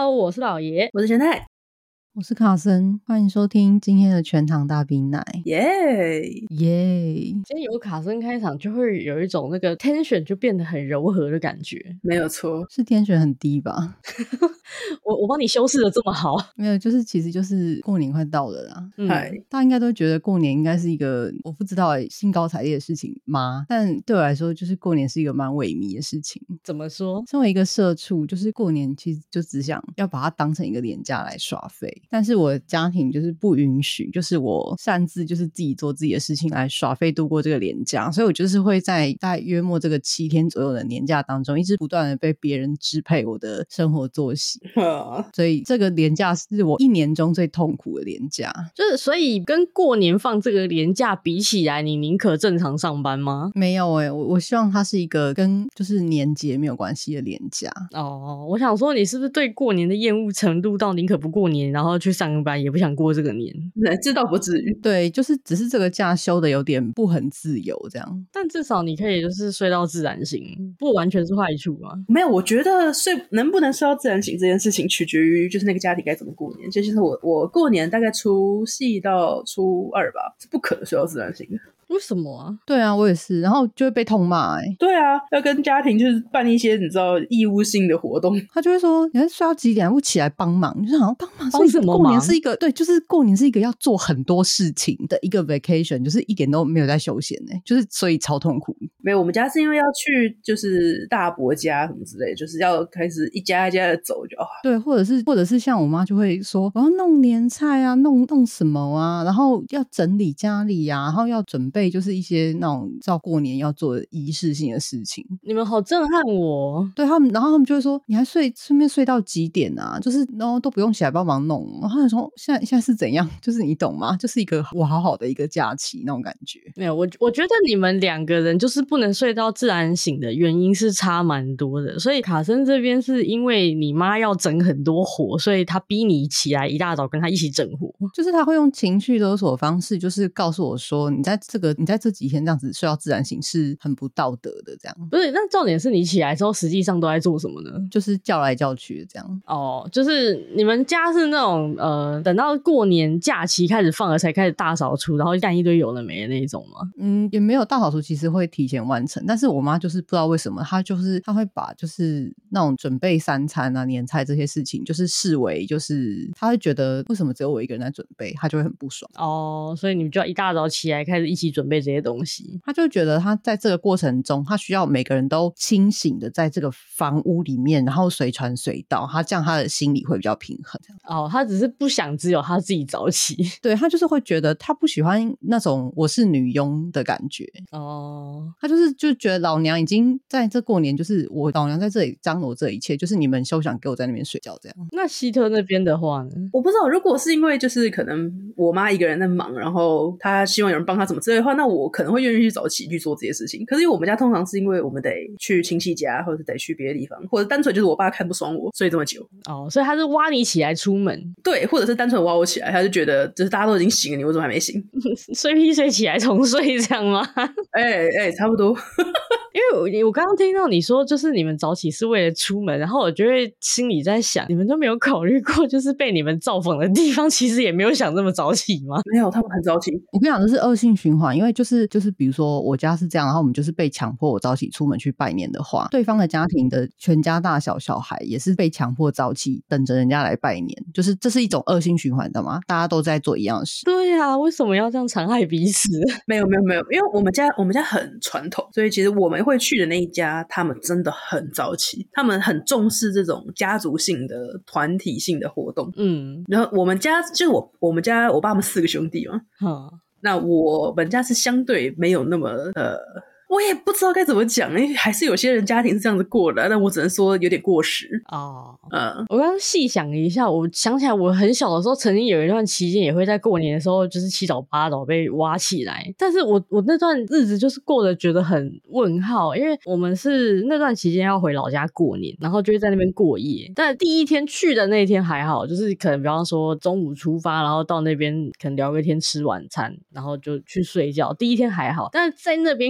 Hello， 我是老爷， 我是玄太， 我是卡森，欢迎收听今天的全糖大冰奶， 耶耶！ 今天有卡森开场，就会有一种那个 tension 就变得很柔和的感觉。 没有错， 是天选很低吧？ 我帮你修饰的这么好， 没有，其实就是过年快到了啦。 嗨、 大家应该都觉得过年应该是一个我不知道兴高采烈的事情吗？但对我来说，就是过年是一个蛮萎靡的事情。 怎么说？ 身为一个社畜，就是过年其实就只想要把它当成一个连假来耍废，但是我的家庭就是不允许，就是我擅自就是自己做自己的事情来耍废度过这个连假，所以我就是会在大概约莫这个7天左右的年假当中，一直不断的被别人支配我的生活作息，所以这个连假是我一年中最痛苦的连假。 就是所以跟过年放这个连假比起来，你宁可正常上班吗？ 没有我希望它是一个跟就是年节没有关系的连假。 哦，我想说你是不是对过年的厌恶程度到宁可不过年，然后去上班也不想过这个年？ 这倒不至于。 对，就是只是这个假休的有点不很自由这样。 但至少你可以就是睡到自然醒，不完全是坏处嘛。 没有，我觉得能不能睡到自然醒这件事情取决于就是那个家庭该怎么过年。就是我过年大概除夕到初二吧，是不可能睡到自然醒的。 为什么啊？ 对啊，我也是，然后就会被痛骂对啊，要跟家庭就是办一些你知道义务性的活动。 他就会说你还睡到几点还不起来帮忙，就是好像帮忙帮什么忙？ 过年是一个对，就是过年是一个要做很多事情的一个 vacation， 就是一点都没有在休闲就是所以超痛苦。 没有，我们家是因为要去就是大伯家什么之类，就是要开始一家一家的走就对，或者是像我妈就会说我要弄年菜啊，弄什么啊，然后要整理家里啊，然后要准备就是一些那种照过年要做的仪式性的事情。 你们好震撼我。 对他们，然后他们就会说你还顺便睡到几点啊，就是然后都不用起来帮忙弄。然后他说现在是怎样，就是你懂吗，就是一个我好好的一个假期那种感觉。 没有，我觉得你们两个人就是不能睡到自然醒的原因是差蛮多的。所以卡森这边是因为你妈要整很多活，所以他逼你起来一大早跟他一起整活。 就是他会用情绪勒索的方式，就是告诉我说你在这几天这样子睡到自然醒是很不道德的这样。 不是，那重点是你起来之后实际上都在做什么呢？ 就是叫来叫去的这样。 哦，就是你们家是那种等到过年假期开始放了才开始大扫除，然后干一堆有的没的那一种吗？ 也没有，大扫除其实会提前完成，但是我妈就是不知道为什么她会把就是那种准备三餐啊年菜这些事情就是视为就是她会觉得为什么只有我一个人在准备，她就会很不爽。 哦，所以你们就要一大早起来开始一起准备这些东西。 她就觉得她在这个过程中她需要每个人都清醒的在这个房屋里面，然后随传随到，她这样她的心理会比较平衡。 哦，她只是不想只有她自己早起。 对，她就是会觉得她不喜欢那种我是女佣的感觉。 哦， 她就觉得老娘已经在这过年，就是我老娘在这里张罗这一切，就是你们休想给我在那边睡觉这样。 那希特那边的话呢？ 我不知道，如果是因为就是可能我妈一个人在忙，然后她希望有人帮她怎么之类的话，那我可能会愿意去早起去做这些事情。可是因为我们家通常是因为我们得去亲戚家，或者是得去别的地方，或者单纯就是我爸看不爽我，所以这么久。 哦，所以他是挖你起来出门。 对，或者是单纯挖我起来，他就觉得就是大家都已经醒了，你为什么还没醒？ 睡屁睡起来重睡这样吗？ 差不多。 因为我刚刚听到你说就是你们早起是为了出门，然后我就会心里在想，你们都没有考虑过就是被你们造访的地方其实也没有想这么早起吗？ 没有，他们很早起。 我跟你讲，这是恶性循环，因为就是比如说我家是这样，然后我们就是被强迫我早起出门去拜年的话，对方的家庭的全家大小小孩也是被强迫早起等着人家来拜年，就是这是一种恶性循环的嘛，大家都在做一样的事。 对啊，为什么要这样残害彼此？ 没有，因为我们家很传统，所以其实我们会去的那一家，他们真的很早起，他们很重视这种家族性的、团体性的活动。然后我们家就是我们家我爸们4个兄弟嘛，那我们家是相对没有那么我也不知道该怎么讲，因为还是有些人家庭是这样子过的，但我只能说有点过时。 我刚刚细想了一下，我想起来我很小的时候曾经有一段期间也会在过年的时候就是7早8早被挖起来，但是我那段日子就是过得觉得很问号，因为我们是那段期间要回老家过年，然后就会在那边过夜，但第一天去的那一天还好，就是可能比方说中午出发，然后到那边可能聊个天吃晚餐，然后就去睡觉，第一天还好，但是在那边过夜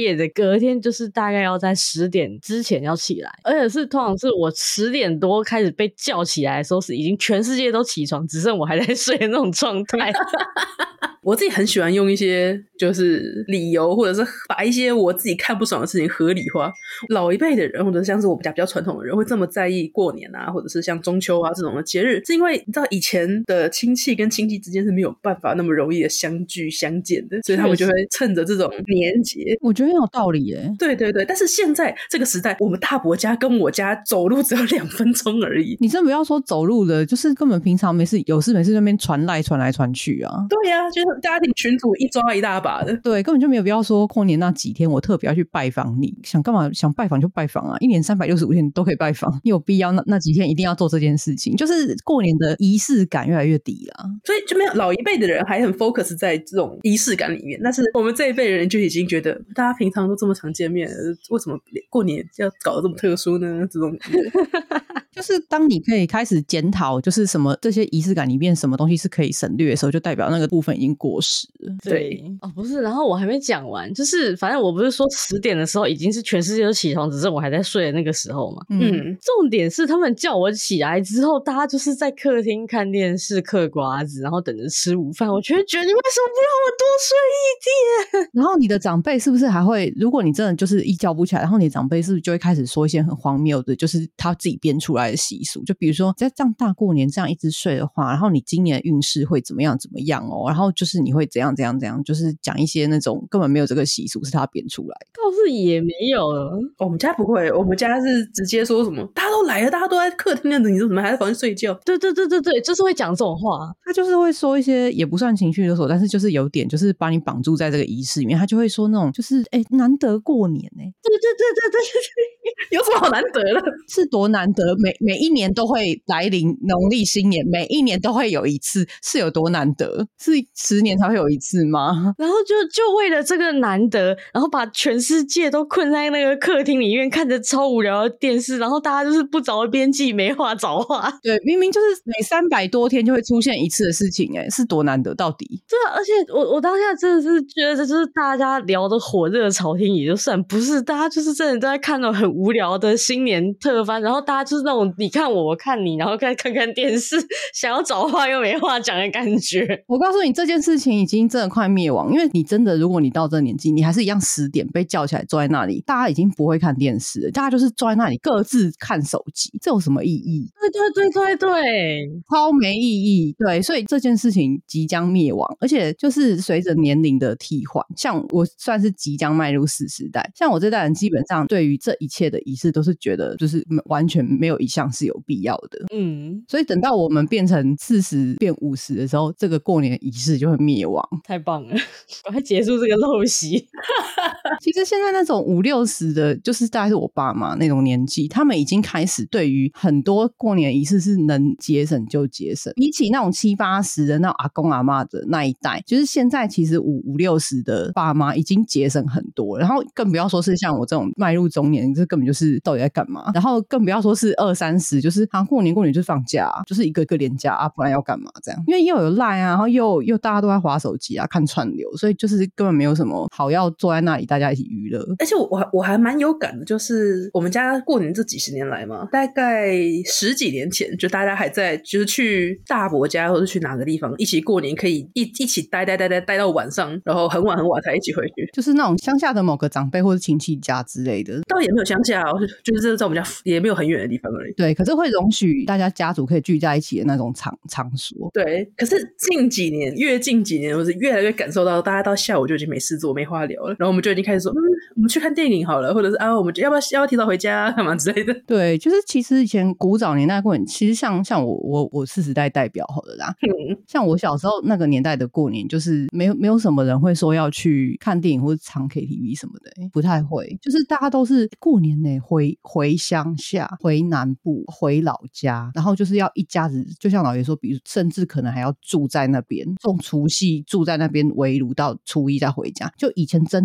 夜的，隔天就是大概要在10点之前要起来，而且是通常是我10点多开始被叫起来的时候，是已经全世界都起床，只剩我还在睡的那种状态。 我自己很喜欢用一些就是理由，或者是把一些我自己看不爽的事情合理化。老一辈的人，或者像是我们家比较传统的人，会这么在意过年啊，或者是像中秋啊这种的节日，是因为你知道以前的亲戚跟亲戚之间是没有办法那么容易的相聚相见的，所以他们就会趁着这种年节。 我觉得很有道理耶。 对对对，但是现在这个时代，我们大伯家跟我家走路只要2分钟而已。 你真不要说走路的，就是根本平常没事有事没事那边传来传去啊。 对啊，就是家庭群组一抓一大把的。 对，根本就没有必要说过年那几天我特别要去拜访你，想干嘛想拜访就拜访啊，一年365天都可以拜访，你有必要那几天一定要做这件事情？就是过年的仪式感越来越低啦， 所以就没有老一辈的人还很 focus 在这种仪式感里面，但是我们这一辈人就已经觉得大家平常都这么常见面，为什么过年要搞得这么特殊呢？这种就是当你可以开始检讨，就是什么这些仪式感里面什么东西是可以省略的时候，就代表那个部分已经过时了。 对哦，不是，然后我还没讲完，就是反正我不是说10点的时候已经是全世界都起床，只剩我还在睡的那个时候嘛。重点是他们叫我起来之后，大家就是在客厅看电视、嗑瓜子，然后等着吃午饭。我觉得你为什么不让我多睡一点？ 然后你的长辈是不是还会，如果你真的就是一觉不起来，然后你的长辈是不是就会开始说一些很荒谬的，就是他自己编出来的习俗，就比如说在这样大过年这样一直睡的话，然后你今年的运势会怎么样怎么样哦，然后就是你会怎样怎样怎样，就是讲一些那种根本没有这个习俗是他编出来的。 倒是也没有了， 我们家不会，我们家是直接说什么大家都来了，大家都在客厅的，你怎么还在房间睡觉？ 对对对对对，就是会讲这种话。 他就是会说一些也不算情绪勒索，但是就是有点就是把你绑住在这个仪式里面，他就会说那种就是难得过年对对对对对对， 有什么好难得的？ 是多难得，每一年都会来临农历新年，每一年都会有一次，是有多难得？是10年才会有一次吗？ 然后就为了这个难得，然后把全世界都困在那个客厅里面，看着超无聊的电视，然后大家就是不着边际，没话找话。 对，明明就是每300多天就会出现一次的事情，是多难得到底？ 对啊，而且我当下真的是觉得，就是大家聊的火热朝天也就算，不是大家就是真的都在看那种很无聊的新年特番，然后大家就是那种你看我看你，然后看看电视，想要找话又没话讲的感觉。 我告诉你，这件事情已经真的快灭亡，因为你真的，如果你到这个年纪，你还是一样10点被叫起来坐在那里，大家已经不会看电视了，大家就是坐在那里各自看手机，这有什么意义？ 对对对对对， 超没意义。对，所以这件事情即将灭亡，而且就是随着年龄的替换，像我算是即将迈入40代，像我这代人基本上对于这一切的仪式都是觉得就是完全没有一项是有必要的。所以等到我们变成40变50的时候，这个过年仪式就会灭亡。 太棒了，赶快结束这个陋习。 其实现在那种50、60的，就是大概是我爸妈那种年纪，他们已经开始对于很多过年仪式是能节省就节省，比起那种70、80的那种阿公阿嬷的那一代，就是现在其实50、60的爸妈已经节省很多，然后更不要说是像我这种迈入中年，这根本就是到底在干嘛，然后更不要说是20、30，就是过年就是放假就是一个一个连假不然要干嘛这样，因为又有赖然后又大家都在滑手机看串流，所以就是根本没有什么好要坐在那里大家一起娱乐。 而且我还蛮有感的，就是我们家过年这几十年来嘛，大概10几年前就大家还在就是去大伯家或者去哪个地方一起过年，可以一起待到晚上，然后很晚才一起回去， 就是那种乡下的某个长辈或是亲戚家之类的， 倒也没有乡下就是在我们家也没有很远的地方而已。 对，可是会容许大家家族可以聚在一起的那种场所。 对，可是近几年我是越来越感受到大家到下午就已经没事做没话聊了，然后我们就已经开始说我们去看电影好了，或者是我们要不要提早回家干嘛之类的。 对，就是其实以前古早年代过年，其实像我40代代表好了啦，像我小时候那个年代的过年，就是没有什么人会说要去看电影或者唱 KTV 什么的，不太会，就是大家都是过年回乡下，回南部，回老家，然后就是要一家子，就像老爷说，比如甚至可能还要住在那边，从除夕住在那边围炉到初一再回家，就以前真的会这样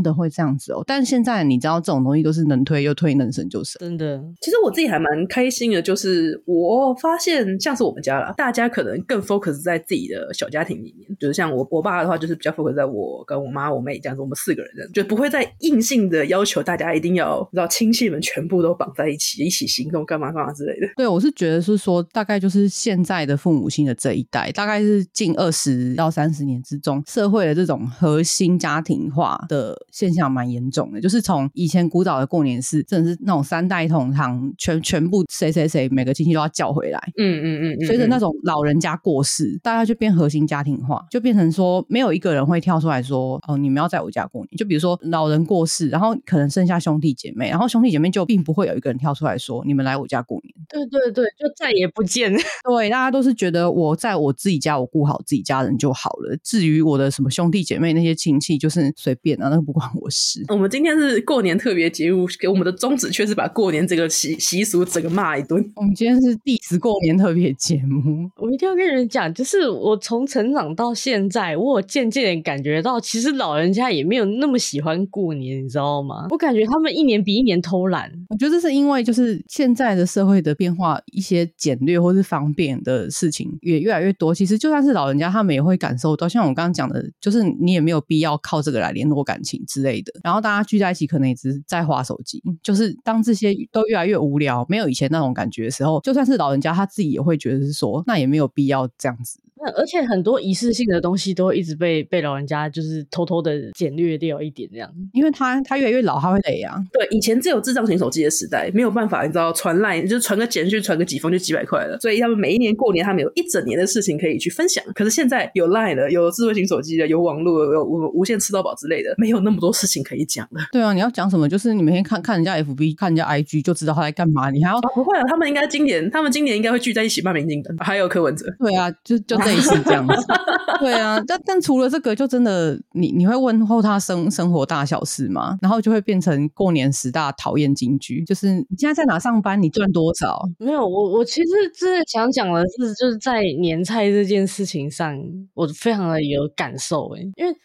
样子哦。但是现在你知道这种东西都是能推又推，能省就省， 真的。 其实我自己还蛮开心的，就是我发现像是我们家啦，大家可能更 focus 在自己的小家庭里面，就是像我爸的话就是比较 focus 在我跟我妈我妹这样子，我们4个人就不会再硬性的要求大家一定要知道亲戚们全部都绑在一起行动干嘛干嘛之类的。 对，我是觉得是说大概就是现在的父母亲的这一代，大概是近20到30年之中，社会的这种核心家庭化的现象蛮严重的，就是从以前古早的过年是真的是那种3代同堂，全部谁谁谁每个亲戚都要叫回来，随着那种老人家过世，大家就变核心家庭化，就变成说没有一个人会跳出来说哦，你们要在我家过年。就比如说老人过世，然后可能剩下兄弟姐妹，然后兄弟姐妹就并不会有一个人跳出来说你们来我家过年。 对对对，就再也不见。 对，大家都是觉得我在我自己家我顾好自己家人就好了，至于我的什么兄弟姐妹那些亲戚就是随便啊，那个不关我事。 我们今天是过年特别节目，给我们的宗旨却是把过年这个习俗整个骂一顿。 我们今天是diss过年特别节目。 我一定要跟人讲，就是我从成长到现在，我有渐渐的感觉到其实老人家也没有那么喜欢过年，你知道吗？我感觉他们一年比一年偷懒。 我觉得这是因为就是现在的社会的变化，一些简略或是方便的事情也越来越多，其实就算是老人家他们也会感受到，像我刚刚讲的，就是你也没有必要靠这个来联络感情之类的，然后大家聚在一起可能也只是在滑手机，就是当这些都越来越无聊，没有以前那种感觉的时候，就算是老人家他自己也会觉得是说那也没有必要这样子。 而且很多仪式性的东西都会一直被老人家就是偷偷的简略掉一点这样， 因为他越来越老，他会累啊。 对，以前只有智障型手机的时代，没有办法，你知道传 LINE 就是传个简讯，传个几封就几百块了，所以他们每一年过年他们有一整年的事情可以去分享。可是现在有 LINE 了，有智慧型手机了，有网络，有无线吃到饱之类的，没有那么多事情可以讲了。 对啊，你要讲什么？就是你每天看人家 FB， 看人家 IG 就知道他在干嘛，你还要不会啊，他们今年应该会聚在一起骂民进党，还有柯文哲。 对啊，就类似这样子。对啊，但除了这个，就真的你会问候他生活大小事吗？然后就会变成过年10大讨厌金句，就是你现在在哪上班，你赚多少？ 没有，我其实真的想讲的是，就是在年菜这件事情上，我非常的有感受因为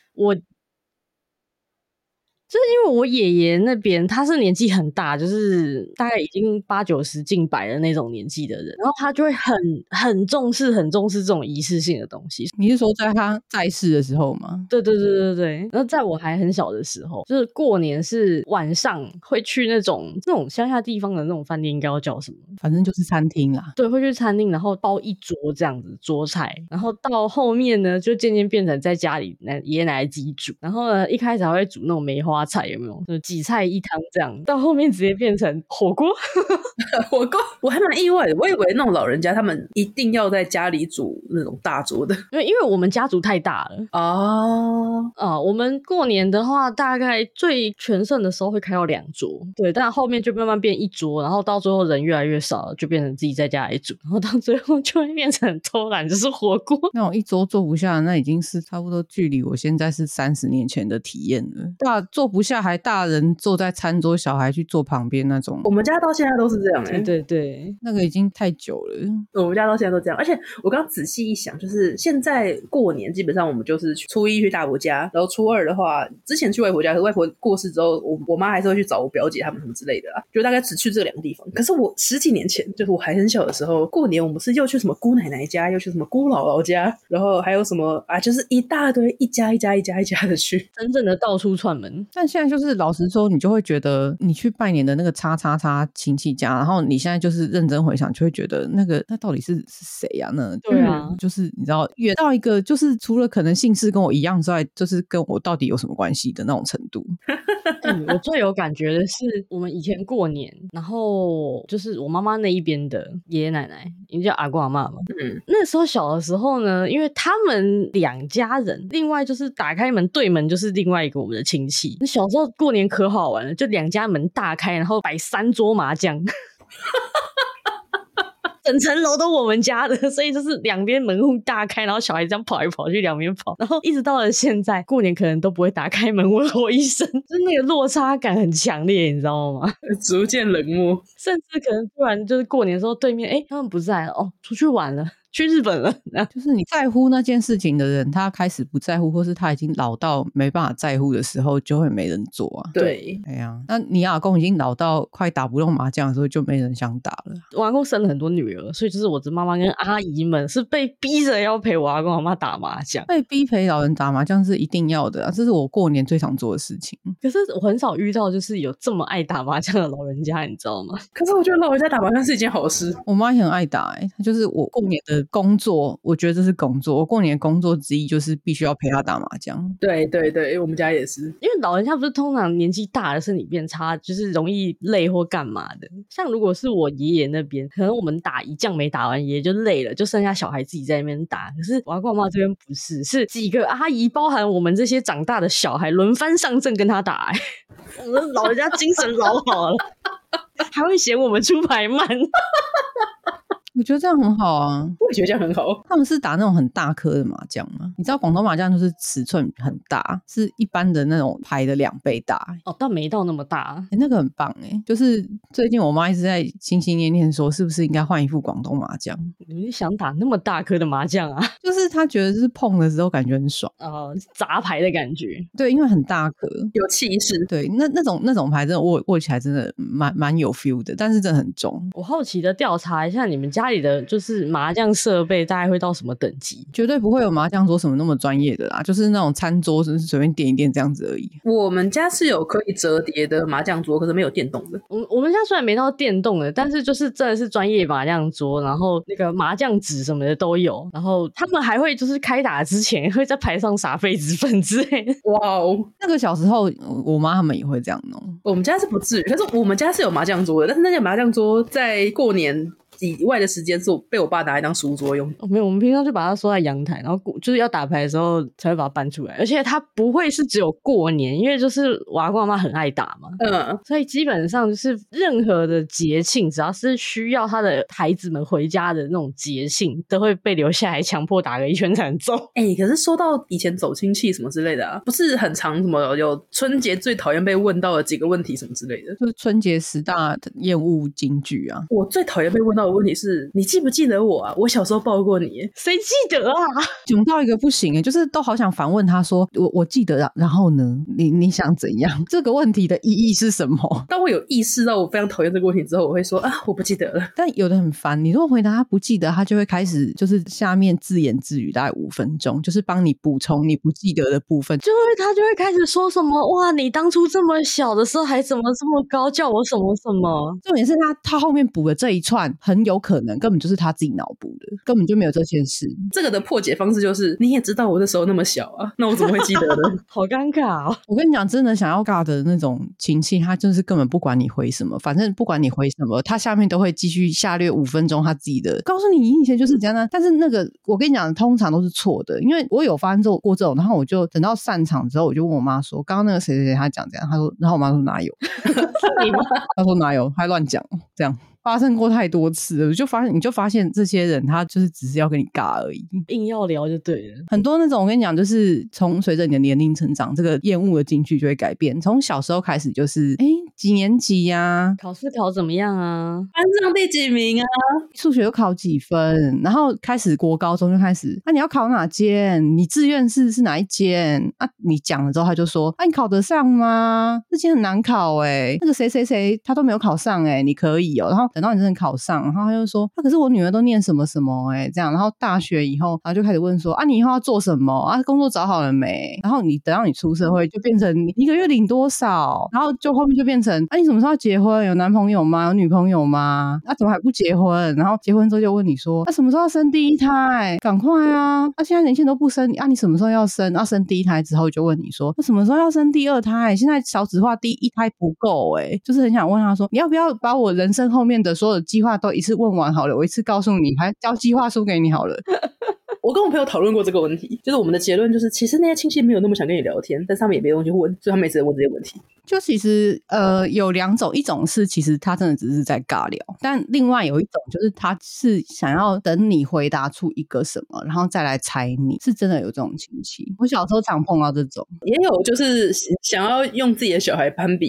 就是因为我爷爷那边他是年纪很大，就是大概已经80-90近100的那种年纪的人，然后他就会很重视这种仪式性的东西。 你是说在他在世的时候吗？ 对对对对对。然后在我还很小的时候，就是过年是晚上会去那种乡下地方的那种饭店，应该要叫什么？ 反正就是餐厅啦。 对，会去餐厅，然后包一桌这样子桌菜，然后到后面呢，就渐渐变成在家里爷爷奶奶自己煮，然后呢，一开始还会煮那种梅花菜，有没有？就几菜一汤这样，到后面直接变成火锅。 火锅我还蛮意外的，我以为那种老人家他们一定要在家里煮那种大桌的， 因为我们家族太大了我们过年的话大概最全盛的时候会开到2桌，对，但后面就慢慢变1桌，然后到最后人越来越少，就变成自己在家里煮，然后到最后就会变成偷懒，就是火锅。 那种一桌坐不下，那已经是差不多距离我现在是30年前的体验了。坐不下还大人坐在餐桌，小孩去坐旁边那种。 我们家到现在都是这样对对对， 那个已经太久了。 我们家到现在都这样，而且我刚仔细一想，就是现在过年基本上我们就是初一去大伯家，然后初二的话，之前去外婆家，可是外婆过世之后，我妈还是会去找我表姐他们什么之类的啦，就大概只去这2个地方。可是我10几年前，就是我还很小的时候，过年我们是又去什么姑奶奶家，又去什么姑姥姥家，然后还有什么就是一大堆一家的去， 真正的到处串门。 但现在就是老实说，你就会觉得你去拜年的那个叉叉叉亲戚家，然后你现在就是认真回想，就会觉得那到底是谁呀？ 对啊， 就是你知道远到一个就是除了可能姓氏跟我一样之外，就是跟我到底有什么关系的那种程度。 我最有感觉的是我们以前过年，然后就是我妈妈那一边的爷爷奶奶，你叫阿公阿嬷嘛。那时候小的时候呢，因为他们2家人，另外就是打开门对门就是另外一个我们的亲戚。那小时候过年可好玩了，就2家门大开，然后摆3桌麻将。整层楼都我们家的，所以就是2边门户大开，然后小孩这样跑来跑去2边跑，然后一直到了现在过年可能都不会打开门问候一声，就是那个落差感很强烈，你知道吗？逐渐冷漠，甚至可能突然就是过年的时候对面他们不在了出去玩了， 去日本了。 就是你在乎那件事情的人，他开始不在乎，或是他已经老到没办法在乎的时候，就会没人做啊。 对， 哎呀，那你阿公已经老到快打不动麻将的时候，就没人想打了。 我阿公生了很多女儿，所以就是我的妈妈跟阿姨们是被逼着要陪我阿公阿嬷打麻将。 被逼陪老人打麻将是一定要的啊，这是我过年最常做的事情。 可是我很少遇到就是有这么爱打麻将的老人家，你知道吗？ 可是我觉得老人家打麻将是一件好事。 我妈也很爱打她就是我过年的工作，我觉得这是工作。我过年的工作之一就是必须要陪她打麻将。 对对对，我们家也是。 因为老人家不是通常年纪大了身体变差，就是容易累或干嘛的。像如果是我爷爷那边，可能我们打一将没打完，爷爷就累了，就剩下小孩自己在那边打。可是我阿公阿嬷这边不是，是几个阿姨，包含我们这些长大的小孩轮番上阵跟他打。我们老人家精神老好了，还会嫌我们出牌慢。 我觉得这样很好啊， 我也觉得这样很好。 他们是打那种很大颗的麻将吗？你知道广东麻将就是尺寸很大，是一般的那种牌的2倍大。 哦，但没到那么大。 那个很棒就是最近我妈一直在心心念念说，是不是应该换一副广东麻将？ 你们想打那么大颗的麻将啊？ 就是她觉得就是碰的时候感觉很爽。 砸牌的感觉。 对，因为很大颗， 有气势。 对，那种牌真的握起来真的蛮有 feel 的，但是真的很重。 我好奇的调查一下，你们家里的就是麻将设备大概会到什么等级？ 绝对不会有麻将桌什么那么专业的啦，就是那种餐桌是随便垫一垫这样子而已。 我们家是有可以折叠的麻将桌，可是没有电动的。 我们家虽然没到电动的，但是就是真的是专业麻将桌，然后那个麻将纸什么的都有，然后他们还会就是开打之前会在牌上撒痱子粉之类的。 哇哦， 那个小时候我妈他们也会这样弄。 我们家是不至于，可是我们家是有麻将桌的，但是那些麻将桌在过年以外的时间是被我爸拿来当书桌用。 没有，我们平常就把它收在阳台，然后就是要打牌的时候才会把它搬出来。而且它不会是只有过年，因为就是我阿公阿嬷很爱打嘛，所以基本上就是任何的节庆，只要是需要他的孩子们回家的那种节庆，都会被留下来强迫打个一圈才能走。 可是说到以前走亲戚什么之类的啊，不是很常什么有春节最讨厌被问到的几个问题什么之类的， 就是春节10大厌恶金句啊。 我最讨厌被问到的问题是，你记不记得我啊？我小时候抱过你。 谁记得啊？ 囧到一个不行就是都好想反问他说，我记得然后呢？你想怎样？这个问题的意义是什么？ 当我有意识到我非常讨厌这个问题之后，我会说我不记得了。但有的很烦，你如果回答他不记得，他就会开始就是下面自言自语大概5分钟，就是帮你补充你不记得的部分。 他就会开始说什么哇，你当初这么小的时候还怎么这么高，叫我什么什么。 重点是他后面补的这一串很有可能根本就是他自己脑补的，根本就没有这件事。 这个的破解方式就是你也知道我那时候那么小啊，那我怎么会记得呢？ 好尴尬哦。 我跟你讲，真的想要尬的那种亲戚，他就是根本不管你回什么，反正不管你回什么，他下面都会继续下略5分钟他自己的告诉你以前就是怎样的。但是那个我跟你讲通常都是错的，因为我有发生过这种，然后我就等到散场之后我就问我妈说刚刚那个谁谁谁他讲这样，他说，然后我妈说哪有他说哪有，还乱讲这样。发生过太多次了，你就发现这些人他就是只是要跟你尬而已， 硬要聊就对了。 很多那种我跟你讲，就是从随着你的年龄成长，这个厌恶的进去就会改变。从小时候开始就是几年级啊， 考试考怎么样啊， 班上第几名啊， 数学又考几分，然后开始国高中就开始你要考哪间，你志愿是哪一间啊？你讲了之后他就说你考得上吗？这间很难考那个谁谁谁他都没有考上你可以然后等到你真的考上，然后他就说可是我女儿都念什么什么这样。然后大学以后然后就开始问说你以后要做什么工作找好了没？然后你等到你出社会就变成你一个月领多少，然后就后面就变成你什么时候要结婚？有男朋友吗？有女朋友吗？怎么还不结婚？然后结婚之后就问你说什么时候要生第一胎？赶快啊！现在年轻人都不生你什么时候要生？生第一胎之后就问你说什么时候要生第二胎？现在少子化第一胎不够就是很想问他说你要不要把我人生后面的所有计划都一次问完好了，我一次告诉你，还交计划书给你好了。 我跟我朋友讨论过这个问题，就是我们的结论就是其实那些亲戚没有那么想跟你聊天，但是他们也没东西问，所以他们也只能问这些问题。 就其实有2种，一种是其实他真的只是在尬聊，但另外有一种就是他是想要等你回答出一个什么然后再来猜你，是真的有这种亲戚。我小时候常碰到这种， 也有就是想要用自己的小孩攀比的。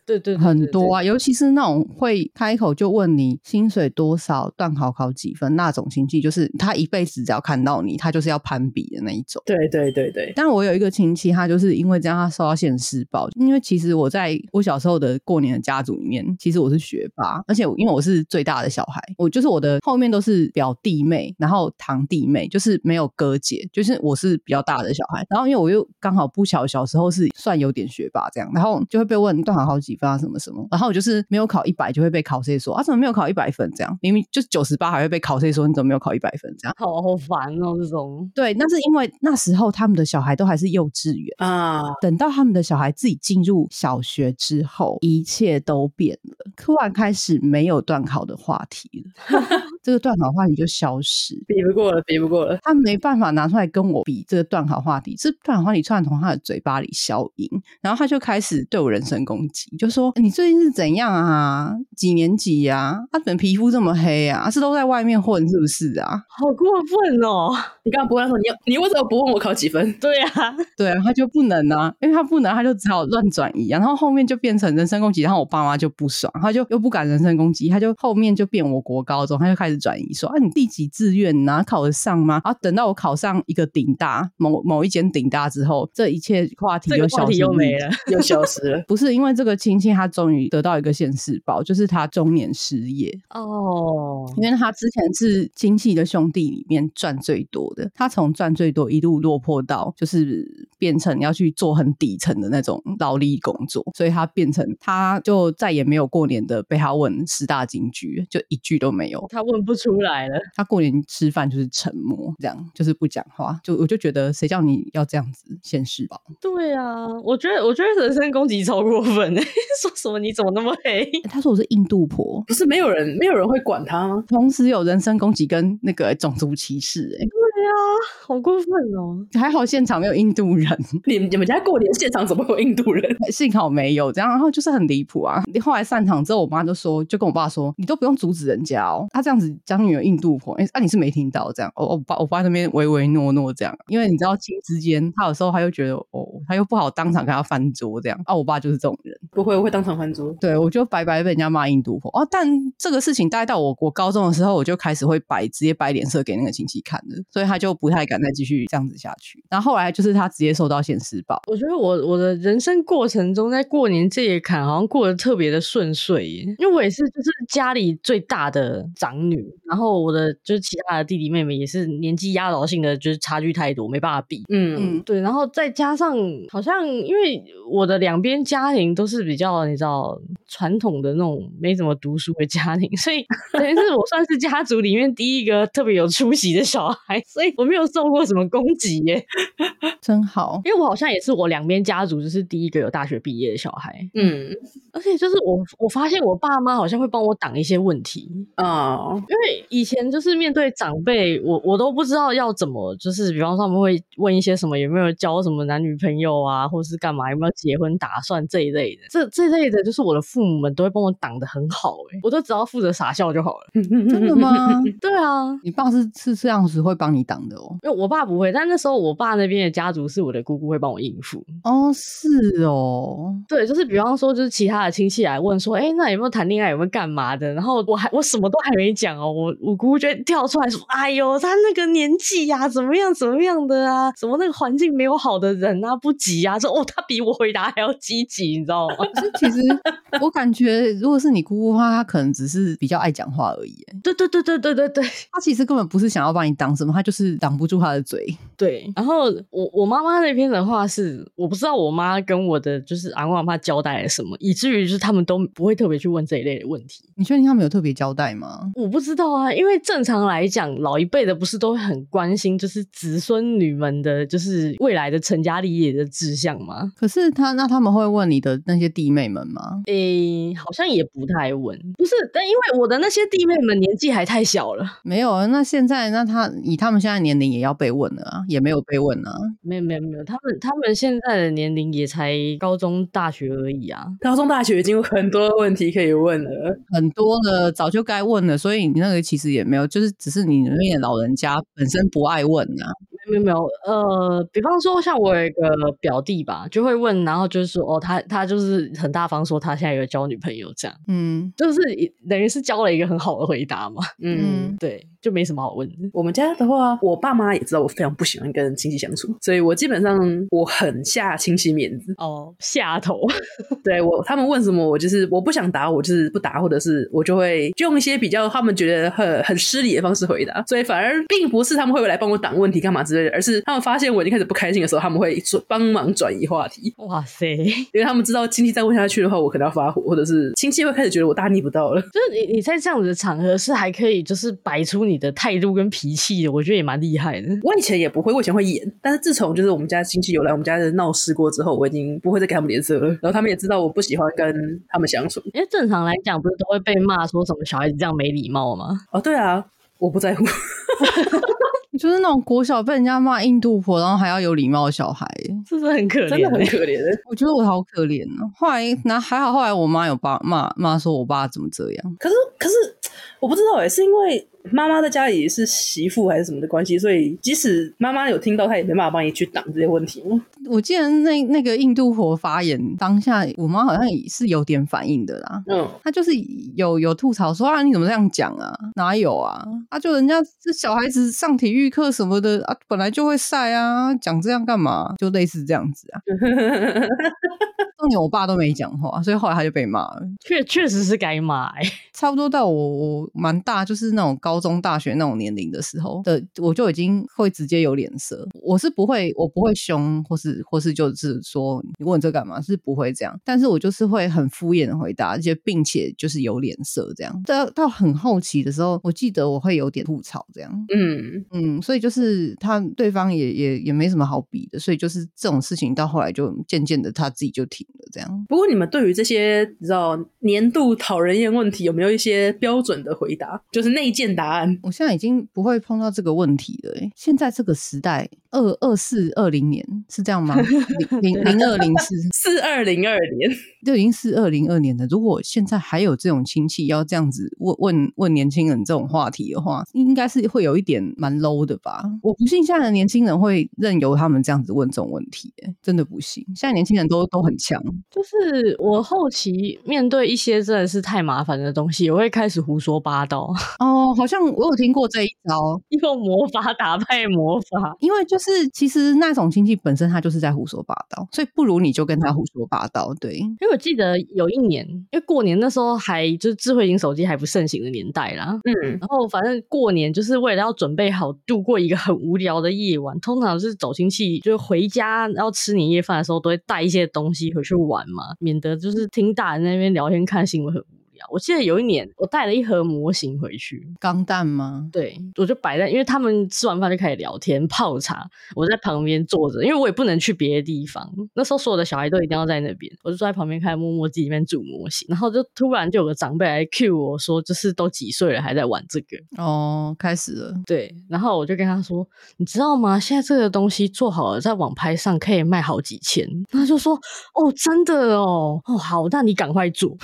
对对对对对， 很多啊，尤其是那种会开口就问你薪水多少，段考考几分那种亲戚，就是他一辈子只要看到你他就是要攀比的那一种。 对对对对， 但我有一个亲戚，他就是因为这样他受到现世报，因为其实我在我小时候的过年的家族里面，其实我是学霸，而且因为我是最大的小孩，我就是我的后面都是表弟妹，然后堂弟妹，就是没有哥姐，就是我是比较大的小孩，然后因为我又刚好不小，小时候是算有点学霸这样，然后就会被问段考考几分啊什么什么，然后我就是没有考100就会被考试说啊怎么没有考100分这样，明明就98还会被考试说你怎么没有考100分这样， 好烦哦这种。 对，那是因为那时候他们的小孩都还是幼稚园啊， 等到他们的小孩自己进入小学之后，一切都变了，突然开始没有段考的话题了这个段考话题就消失， 比不过了，比不过了。 他没办法拿出来跟我比这个段考话题，这段考话题突然从他的嘴巴里消音，然后他就开始对我人身攻击，就说你最近是怎样啊，几年级啊，怎么皮肤这么黑啊，是都在外面混是不是啊， 好过分哦。 你刚刚不问他说你为什么不问我考几分？ 对啊， 对啊，他就不能啊，因为他不能他就只好乱转移啊，然后后面就变成人身攻击，然后我爸妈就不爽，他就又不敢人身攻击，他就后面就变我国高中，他就开始转移说啊你第几志愿哪考得上吗？然后等到我考上一个顶大某一间顶大之后，这一切话题就消失， 又没了又消失了不是因为这个亲戚他终于得到一个现世报，就是他中年失业哦， 因为他之前是亲戚的兄弟里面赚最多的，他从赚最多一路落魄到就是变成要去做很底层的那种劳力工作，所以他变成他就再也没有过年的被他问10大金句，就一句都没有， 他问不出来了， 他过年吃饭就是沉默，这样就是不讲话，我就觉得谁叫你要这样子现世报。 对啊，我觉得人身攻击超过分说什么你怎么那么黑他说我是印度婆， 不是没有人会管他吗？ 同时有人身攻击跟那个种族歧视对啊，好过分哦。 还好现场没有印度人你们家过年现场怎么会有印度人？ 幸好没有这样，然后就是很离谱啊。后来散场之后我妈就跟我爸说你都不用阻止人家哦，他这样子讲你有印度婆你是没听到这样我爸那边唯唯诺诺这样，因为你知道亲之间他有时候他又觉得他又不好当场跟他翻桌这样我爸就是这种人， 不会，我会当场翻桌。 对，我就白白被人家骂印度婆但这个事情大概到我高中的时候我就开始会直接摆脸色给那个亲戚看的，所以他就不太敢再继续这样子下去，然后后来就是他直接收到现世报。 我觉得我的人生过程中在过年这一坎好像过得特别的顺遂耶，因为我也是就是家里最大的长女，然后我的就是其他的弟弟妹妹也是年纪压倒性的就是差距太多没办法比，对，然后再加上好像因为我的两边家庭都是比较你知道传统的那种没怎么读书的家庭，所以等于是我算是家族里面第一个特别有出息的小孩，所以我没有受过什么攻击耶真好， 因为我好像也是我两边家族就是第一个有大学毕业的小孩，而且就是我发现我爸妈好像会帮我挡一些问题因为以前就是面对长辈我都不知道要怎么，就是比方说他们会问一些什么有没有交什么男女朋友啊，或是干嘛有没有结婚打算这一类的，这类的就是我的父母们都会帮我挡得很好我都只要负责傻笑就好了真的吗？ 对啊， 你爸是这样子会帮你挡的因为我爸不会，但那时候我爸那边的家族是我的姑姑会帮我应付是对，就是比方说就是其他的亲戚来问说那有没有谈恋爱有没有干嘛的，然后我什么都还没讲我姑姑就会跳出来说哎呦他那个年纪啊怎么样怎么样的啊，什么那个环境没有好的人啊不急啊，说他比我回答还要积极你知道吗其实我感觉如果是你姑姑的话他可能只是比较爱讲话而已对， 他其实根本不是想要把你挡什么，他就是挡不住他的嘴。 对，然后我妈妈那边的话是我不知道我妈跟我的就是阿公阿嬷交代了什么，以至于就是他们都不会特别去问这一类的问题。 你确定他们有特别交代吗？ 我不知道啊，因为正常来讲老一辈的不是都会很关心就是子孙女们的就是未来的成家立业的志向吗？ 可是那他们会问你的那些弟妹们吗？ 好像也不太问，不是，但因为我的那些弟妹们年纪还太小了。 没有啊，那现在以他们现在年龄也要被问了啊，也没有被问啊。 没有，他们现在的年龄也才高中大学而已啊。 高中大学已经有很多问题可以问了， 很多了，早就该问了，所以你那个其实也没有，就是只是你那边老人家本身不爱问啊。 没有，比方说像我有一个表弟吧，就会问，然后就是说他就是很大方说他现在有交女朋友这样，就是等于是交了一个很好的回答嘛，对，就没什么好问的。 我们家的话，我爸妈也知道我非常不喜欢跟亲戚相处，所以我基本上我很下亲戚面子下头。 对，他们问什么，我不想答，我就是不答，或者是我就会用一些比较他们觉得很失礼的方式回答，所以反而并不是他们会来帮我挡问题干嘛之类的，而是他们发现我已经开始不开心的时候，他们会帮忙转移话题。 哇塞， 因为他们知道亲戚再问下去的话，我可能要发火，或者是亲戚会开始觉得我大逆不道了。 就是你在这样子的场合是还可以就是摆出你的态度跟脾气的，我觉得也蛮厉害的。 我以前也不会，我以前会演，但是自从就是我们家亲戚有来我们家的闹事过之后，我已经不会再给他们脸色了。然后他们也知道我不喜欢跟他们相处。 因为正常来讲不是都会被骂说什么小孩子这样没礼貌吗？ 对啊，我不在乎。 就是那种国小被人家骂印度婆，然后还要有礼貌的小孩， 是不是很可怜？ 真的很可怜的。 我觉得我好可怜哦。后来还好，后来我妈有骂说我爸怎么这样。 可是我不知道是因为妈妈在家里是媳妇还是什么的关系，所以即使妈妈有听到，她也没办法帮你去挡这些问题吗？ 我记得那个印度婆发言当下，我妈好像也是有点反应的啦。她就是有吐槽说你怎么这样讲啊？哪有啊？就人家这小孩子上体育课什么的本来就会晒啊，讲这样干嘛？就类似这样子啊。重点我爸都没讲话，所以后来他就被骂了。 确实是该骂差不多到我蛮大，就是那种高中大学那种年龄的时候的，我就已经会直接有脸色。我不会凶，或是就是说你问这干嘛，是不会这样。但是我就是会很敷衍的回答，而且并且就是有脸色这样。到很后期的时候，我记得我会有点吐槽这样。所以就是对方也没什么好比的，所以就是这种事情到后来就渐渐的他自己就停了这样。 不过你们对于这些你知道年度讨人厌问题有没有一些标准的回答，就是内建答案？ 我现在已经不会碰到这个问题了现在这个时代2420年是这样吗 ？4202年就已经4202年了。如果现在还有这种亲戚要这样子问年轻人这种话题的话，应该是会有一点蛮 low 的吧。我不信现在的年轻人会任由他们这样子问这种问题真的不信。现在年轻人都很强。 就是我后期面对一些真的是太麻烦的东西，我会开始胡说八道。 好像我有听过这一招， 用魔法打败魔法。 因为就是其实那种亲戚本身他就是在胡说八道，所以不如你就跟他胡说八道。对， 因为我记得有一年，因为过年那时候还就是智慧型手机还不盛行的年代啦，然后反正过年就是为了要准备好度过一个很无聊的夜晚，通常是走亲戚就是回家要吃年夜饭的时候都会带一些东西回去玩嘛，免得就是听大人在那边聊天看新闻很无聊。我记得有一年我带了一盒模型回去。 钢弹吗？ 对，我就摆在，因为他们吃完饭就开始聊天泡茶，我在旁边坐着，因为我也不能去别的地方，那时候所有的小孩都一定要在那边，我就坐在旁边开始默默自己在那边组模型，然后就突然就有个长辈来 cue 我说，就是都几岁了还在玩这个。 开始了。 对，然后我就跟他说，你知道吗，现在这个东西做好了在网拍上可以卖好几千。他就说真的好，那你赶快做。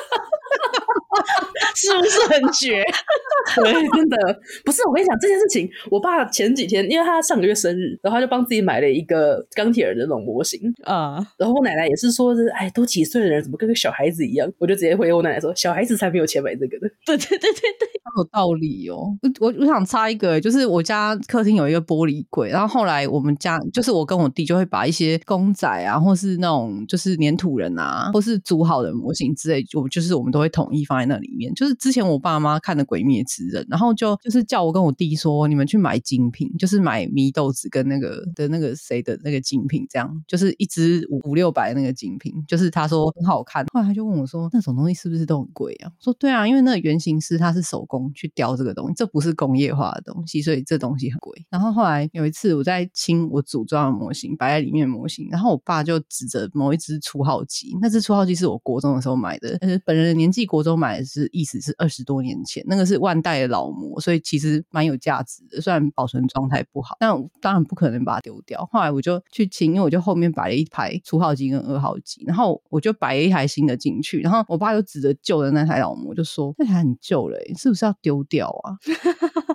是不是很绝？ 对，真的不是。我跟你讲这件事情，我爸前几天因为他上个月生日，然后他就帮自己买了一个钢铁人的那种模型然后我奶奶也是说都几岁的人怎么跟个小孩子一样。我就直接回我奶奶说，小孩子才没有钱买这个的。 对， 好有道理我想插一个，就是我家客厅有一个玻璃柜，然后后来我们家就是我跟我弟就会把一些公仔啊，或是那种就是粘土人啊，或是组好的模型之类，我们都会统一放在那里面。就是之前我爸妈看的《鬼灭之刃》，然后就是叫我跟我弟说，你们去买精品，就是买祢豆子跟那个谁的那个精品，这样就是一支500-600那个精品，就是他说很好看。后来他就问我说，那种东西是不是都很贵啊？我说对啊，因为那个原型师他是手工去雕这个东西，这不是工业化的东西，所以这东西很贵。然后后来有一次我在清我组装的模型，摆在里面的模型，然后我爸就指着某一只初号机，那只初号机是我国中的时候买的，本人的年纪国中买的是意思是20多年前，那个是万代的老模，所以其实蛮有价值的，虽然保存状态不好，但当然不可能把它丢掉。后来我就去清，因为我就后面摆了一排初号机跟2号机，然后我就摆了一台新的进去，然后我爸就指着旧的那台老模就说，那台很旧了是不是要丢掉啊？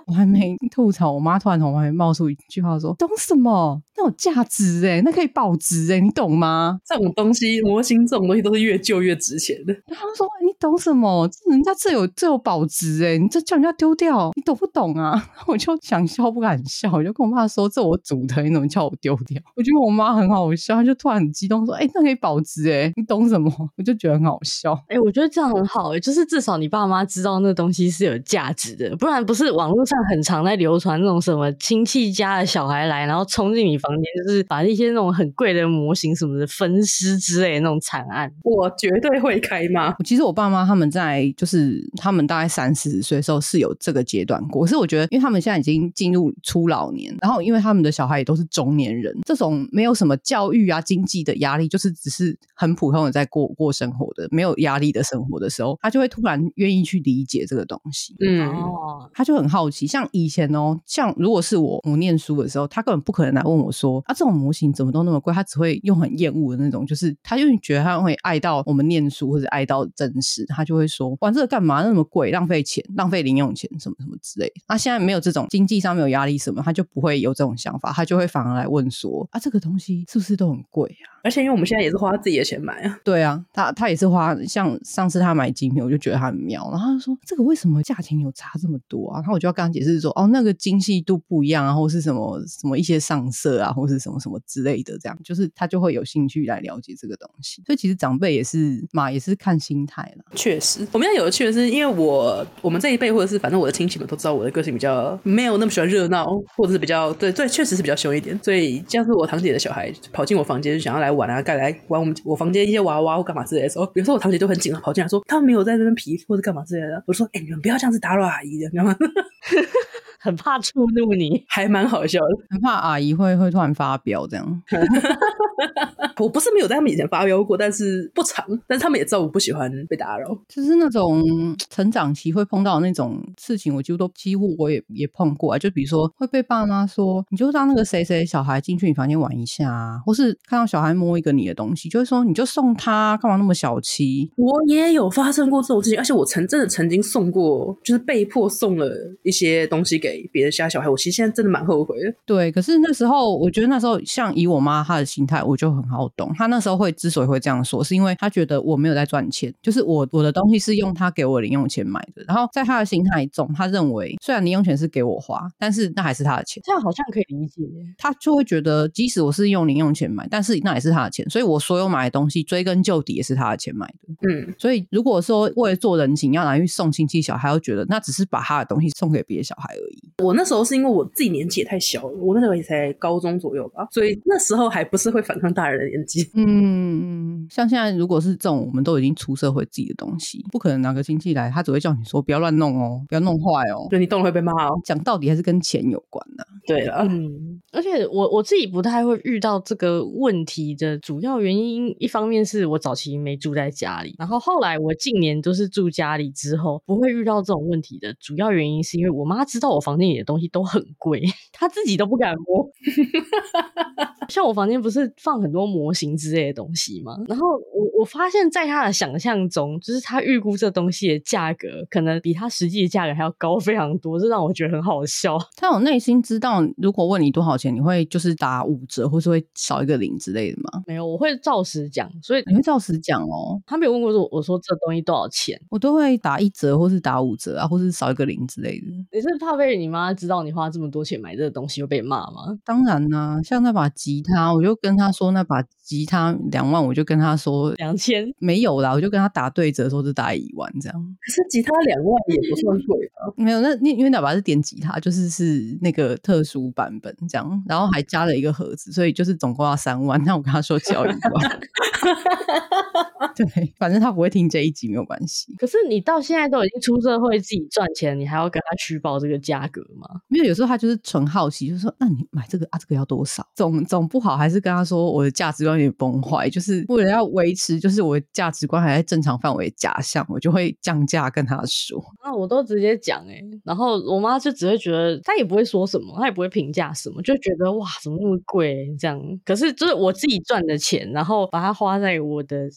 我还没吐槽，我妈突然从旁边冒出一句话说：“懂什么？那有价值那可以保值你懂吗？” 这种东西，模型这种东西都是越旧越值钱的。 然后她说：“你懂什么？人家这有保值你这叫人家丢掉，你懂不懂啊？”我就想笑不敢笑，我就跟我妈说：“这我煮的，你怎么叫我丢掉？”我觉得我妈很好笑，她就突然很激动说：“那可以保值你懂什么？”我就觉得很好笑。 我觉得这样很好就是至少你爸妈知道那东西是有价值的，不然不是网络上很常在流传那种什么亲戚家的小孩来，然后冲进你房间，就是把一些那种很贵的模型什么的分尸之类的那种惨案。 我绝对会开骂。 其实我爸妈他们在就是他们大概30-40岁的时候是有这个阶段过，可是我觉得因为他们现在已经进入初老年，然后因为他们的小孩也都是中年人，这种没有什么教育啊经济的压力，就是只是很普通的在过生活的没有压力的生活的时候，他就会突然愿意去理解这个东西。他就很好奇。像以前像如果是我念书的时候，他根本不可能来问我说这种模型怎么都那么贵，他只会用很厌恶的那种，就是他就觉得他会爱到我们念书或者爱到真实，他就会说玩这个干嘛那么贵，浪费钱浪费零用钱什么什么之类的。他现在没有这种经济上没有压力什么，他就不会有这种想法，他就会反而来问说这个东西是不是都很贵啊？ 而且因为我们现在也是花自己的钱买啊。 对啊，他也是花，像上次他买精品我就觉得他很妙，然后他就说这个为什么价钱有差这么多啊？然后我就要跟他解释说那个精细度不一样啊，或是什么什么一些上色啊，或是什么什么之类的，这样就是他就会有兴趣来了解这个东西。所以其实长辈也是看心态啦。 确实我们要有趣的是，因为我们这一辈或者是反正我的亲戚们都知道我的个性比较没有那么喜欢热闹，或者是比较对确实是比较凶一点，所以像是我堂姐的小孩跑进我房间就想要来玩啊，来玩我房间一些娃娃或干嘛之类的时候，比如说我堂姐就很紧张跑进来说他们没有在这边皮或者干嘛之类的，我就说你们不要这样子打扰阿姨的，你知道吗？ 很怕触怒你， 还蛮好笑的， 很怕阿姨会突然发飙这样。 我不是没有在他们以前发飙过，但是不常，但是他们也知道我不喜欢被打扰。 就是那种成长期会碰到的那种事情，我几乎我也碰过啊。就比如说会被爸妈说你就让那个谁谁小孩进去你房间玩一下啊，或是看到小孩摸一个你的东西就会说你就送他，干嘛那么小气。 我也有发生过这种事情，而且我真的曾经送过，就是被迫送了一些东西给别的家小孩，我其实现在真的蛮后悔的。 对，可是那时候我觉得那时候像以我妈她的心态我就很好懂，她那时候之所以会这样说是因为她觉得我没有在赚钱，就是我的东西是用她给我的零用钱买的，然后在她的心态中她认为虽然零用钱是给我花，但是那还是她的钱， 这样好像可以理解。 她就会觉得即使我是用零用钱买，但是那也是她的钱，所以我所有买的东西追根究底也是她的钱买的。所以如果说为了做人情要拿去送亲戚小孩，我觉得那只是把她的东西送给别的小孩而已。 我那时候是因为我自己年纪也太小了，我那时候也才高中左右吧，所以那时候还不是会反抗大人的年纪。 像现在如果是这种我们都已经出社会自己的东西，不可能哪个亲戚来他只会叫你说不要乱弄哦，不要弄坏哦， 就你动了会被骂哦。 讲到底还是跟钱有关啊。 对了， 而且我自己不太会遇到这个问题的主要原因，一方面是我早期没住在家里，然后后来我近年都是住家里之后不会遇到这种问题的主要原因是因为我妈知道我房间里的东西都很贵，她自己都不敢摸。像我房间不是放很多模型之类的东西吗？然后我发现在她的想象中，就是她预估这东西的价格可能比她实际的价格还要高非常多，这让我觉得很好笑。 她有内心知道如果问你多少钱你会就是打5折或是会少一个0之类的吗？ 没有，我会照实讲。所以你会照实讲哦？ 她没有问过我说这东西多少钱， 我都会打1折或是打5折啊，或是少一个0之类的。 你是怕被你妈知道你花这么多钱买这个东西会被骂吗？ 当然啦，像那把吉他我就跟她说那把吉他2万，我就跟她说 2000 没有啦，我就跟她打对折说就打1万这样。 可是吉他2万也不算贵啊。 没有，那因为那把是电吉他，就是那个特殊版本这样，然后还加了一个盒子，所以就是总共要3万，那我跟她说只要1万。对，反正他不会听这一集没有关系。 可是你到现在都已经出社会自己赚钱，你还要跟他虚报这个价格吗？ 没有，有时候他就是纯好奇，就是说那你买这个这个要多少？总不好还是跟他说我的价值观有点崩坏，就是为了要维持就是我的价值观还在正常范围假象，我就会降价跟他说。 那我都直接讲然后我妈就只会觉得她也不会说什么，她也不会评价什么，就觉得哇怎么那么贵这样。可是就是我自己赚的钱，然后把它花在我的兴趣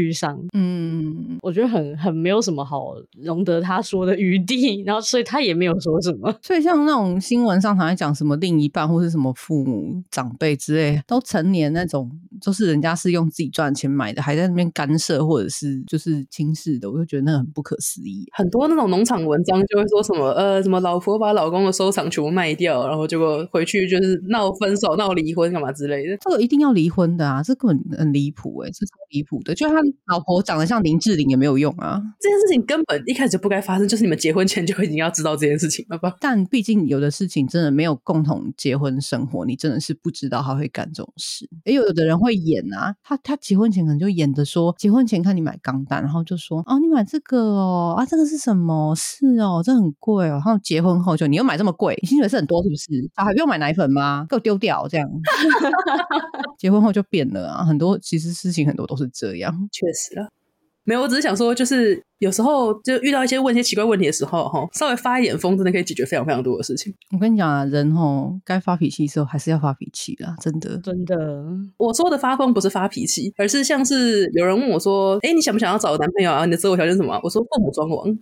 绪上，我觉得很没有什么好容得他说的余地，然后所以他也没有说什么。 所以像那种新闻上常在讲什么另一半或是什么父母长辈之类都成年那种，就是人家是用自己赚钱买的，还在那边干涉或者是就是轻视的，我就觉得那很不可思议。 很多那种农场文章就会说什么什么老婆把老公的收藏全部卖掉，然后结果回去就是闹分手闹离婚干嘛之类的。 这个一定要离婚的啊，这个很离谱欸，这超离谱的，就他老婆长得像林志玲也没有用啊。 这件事情根本一开始就不该发生，就是你们结婚前就已经要知道这件事情了吧。 但毕竟有的事情真的没有共同结婚生活，你真的是不知道他会干这种事。也有的人会演啊，他结婚前可能就演的说，结婚前看你买钢弹，然后就说哦你买这个哦啊这个是什么？是哦这很贵哦，然后结婚后就你又买这么贵，你薪水是很多是不是？小孩不用买奶粉吗？给我丢掉这样。结婚后就变了啊，很多其实事情很多都是这样。 确实啦。没有，我只是想说，就是有时候就遇到一些问一些奇怪问题的时候，稍微发一点疯，真的可以解决非常非常多的事情。 我跟你讲啊，人该发脾气的时候还是要发脾气啦，真的真的。 我说的发疯不是发脾气，而是像是有人问我说，你想不想要找男朋友啊？你的择偶条件是什么？我说父母双亡。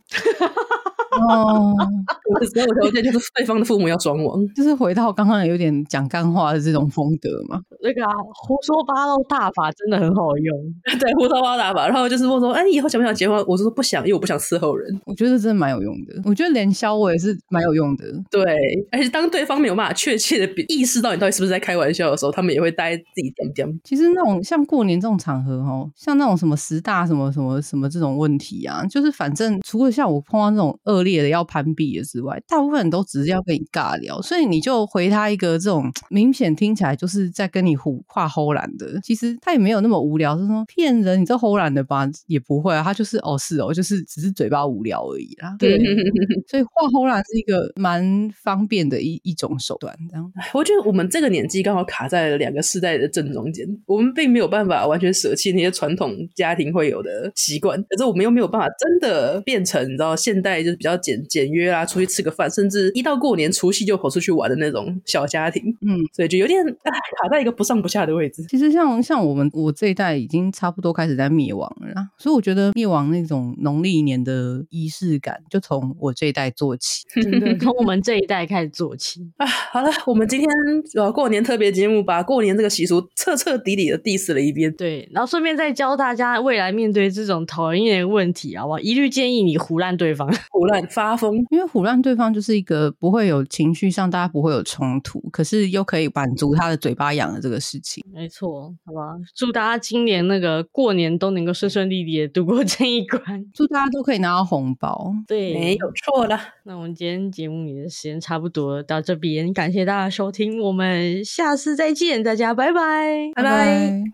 我的择偶条件就是对方的父母要双亡， 就是回到刚刚有点讲干话的这种风格嘛。 那个胡说八道大法真的很好用。 对，胡说八道大法。然后就是问说，你以后想不想结婚？我说不想，因为我不想伺候人。 我觉得真的蛮有用的，我觉得连消我也是蛮有用的。 对，而且当对方没有办法确切的意识到你到底是不是在开玩笑的时候，他们也会待自己点点。 其实那种像过年这种场合像那种什么10大什么什么什么这种问题啊，就是反正除了像我碰到这种恶劣的要攀比的之外，大部分人都只是要跟你尬聊，所以你就回他一个这种明显听起来就是在跟你画齁懒的，其实他也没有那么无聊，是说骗人你这齁懒的吧，也不会啊，他就是是就是只是嘴巴无聊而已啦。对，所以画齁懒是一个蛮方便的一种手段这样。 我觉得我们这个年纪刚好卡在了2个世代的正中间，我们并没有办法完全舍弃那些传统家庭会有的习惯，可是我们又没有办法真的变成你知道现代就是比较简约啊，出去吃个饭，甚至一到过年除夕就跑出去玩的那种小家庭。所以就有点卡在一个不上不下的位置。 其实像我这一代已经差不多开始在灭亡了啦，所以我觉得灭亡那种农历年的仪式感就从我这一代做起。 真的从我们这一代开始做起。 好了，我们今天过年特别节目把过年这个习俗彻彻底底的 diss 了一遍。 对，然后顺便再教大家未来面对这种讨厌的问题好不好，一律建议你唬烂对方。 唬烂发疯， 因为唬烂对方就是一个不会有情绪上大家不会有冲突，可是又可以满足他的嘴巴痒的这个事情。 没错，好吧，祝大家今年那个过年都能够顺顺利利的度过这一关， 祝大家都可以拿到红包。 对， 没有错啦。 那我们今天节目里的时间差不多到这边，感谢大家收听，我们下次再见，大家拜拜， 拜拜。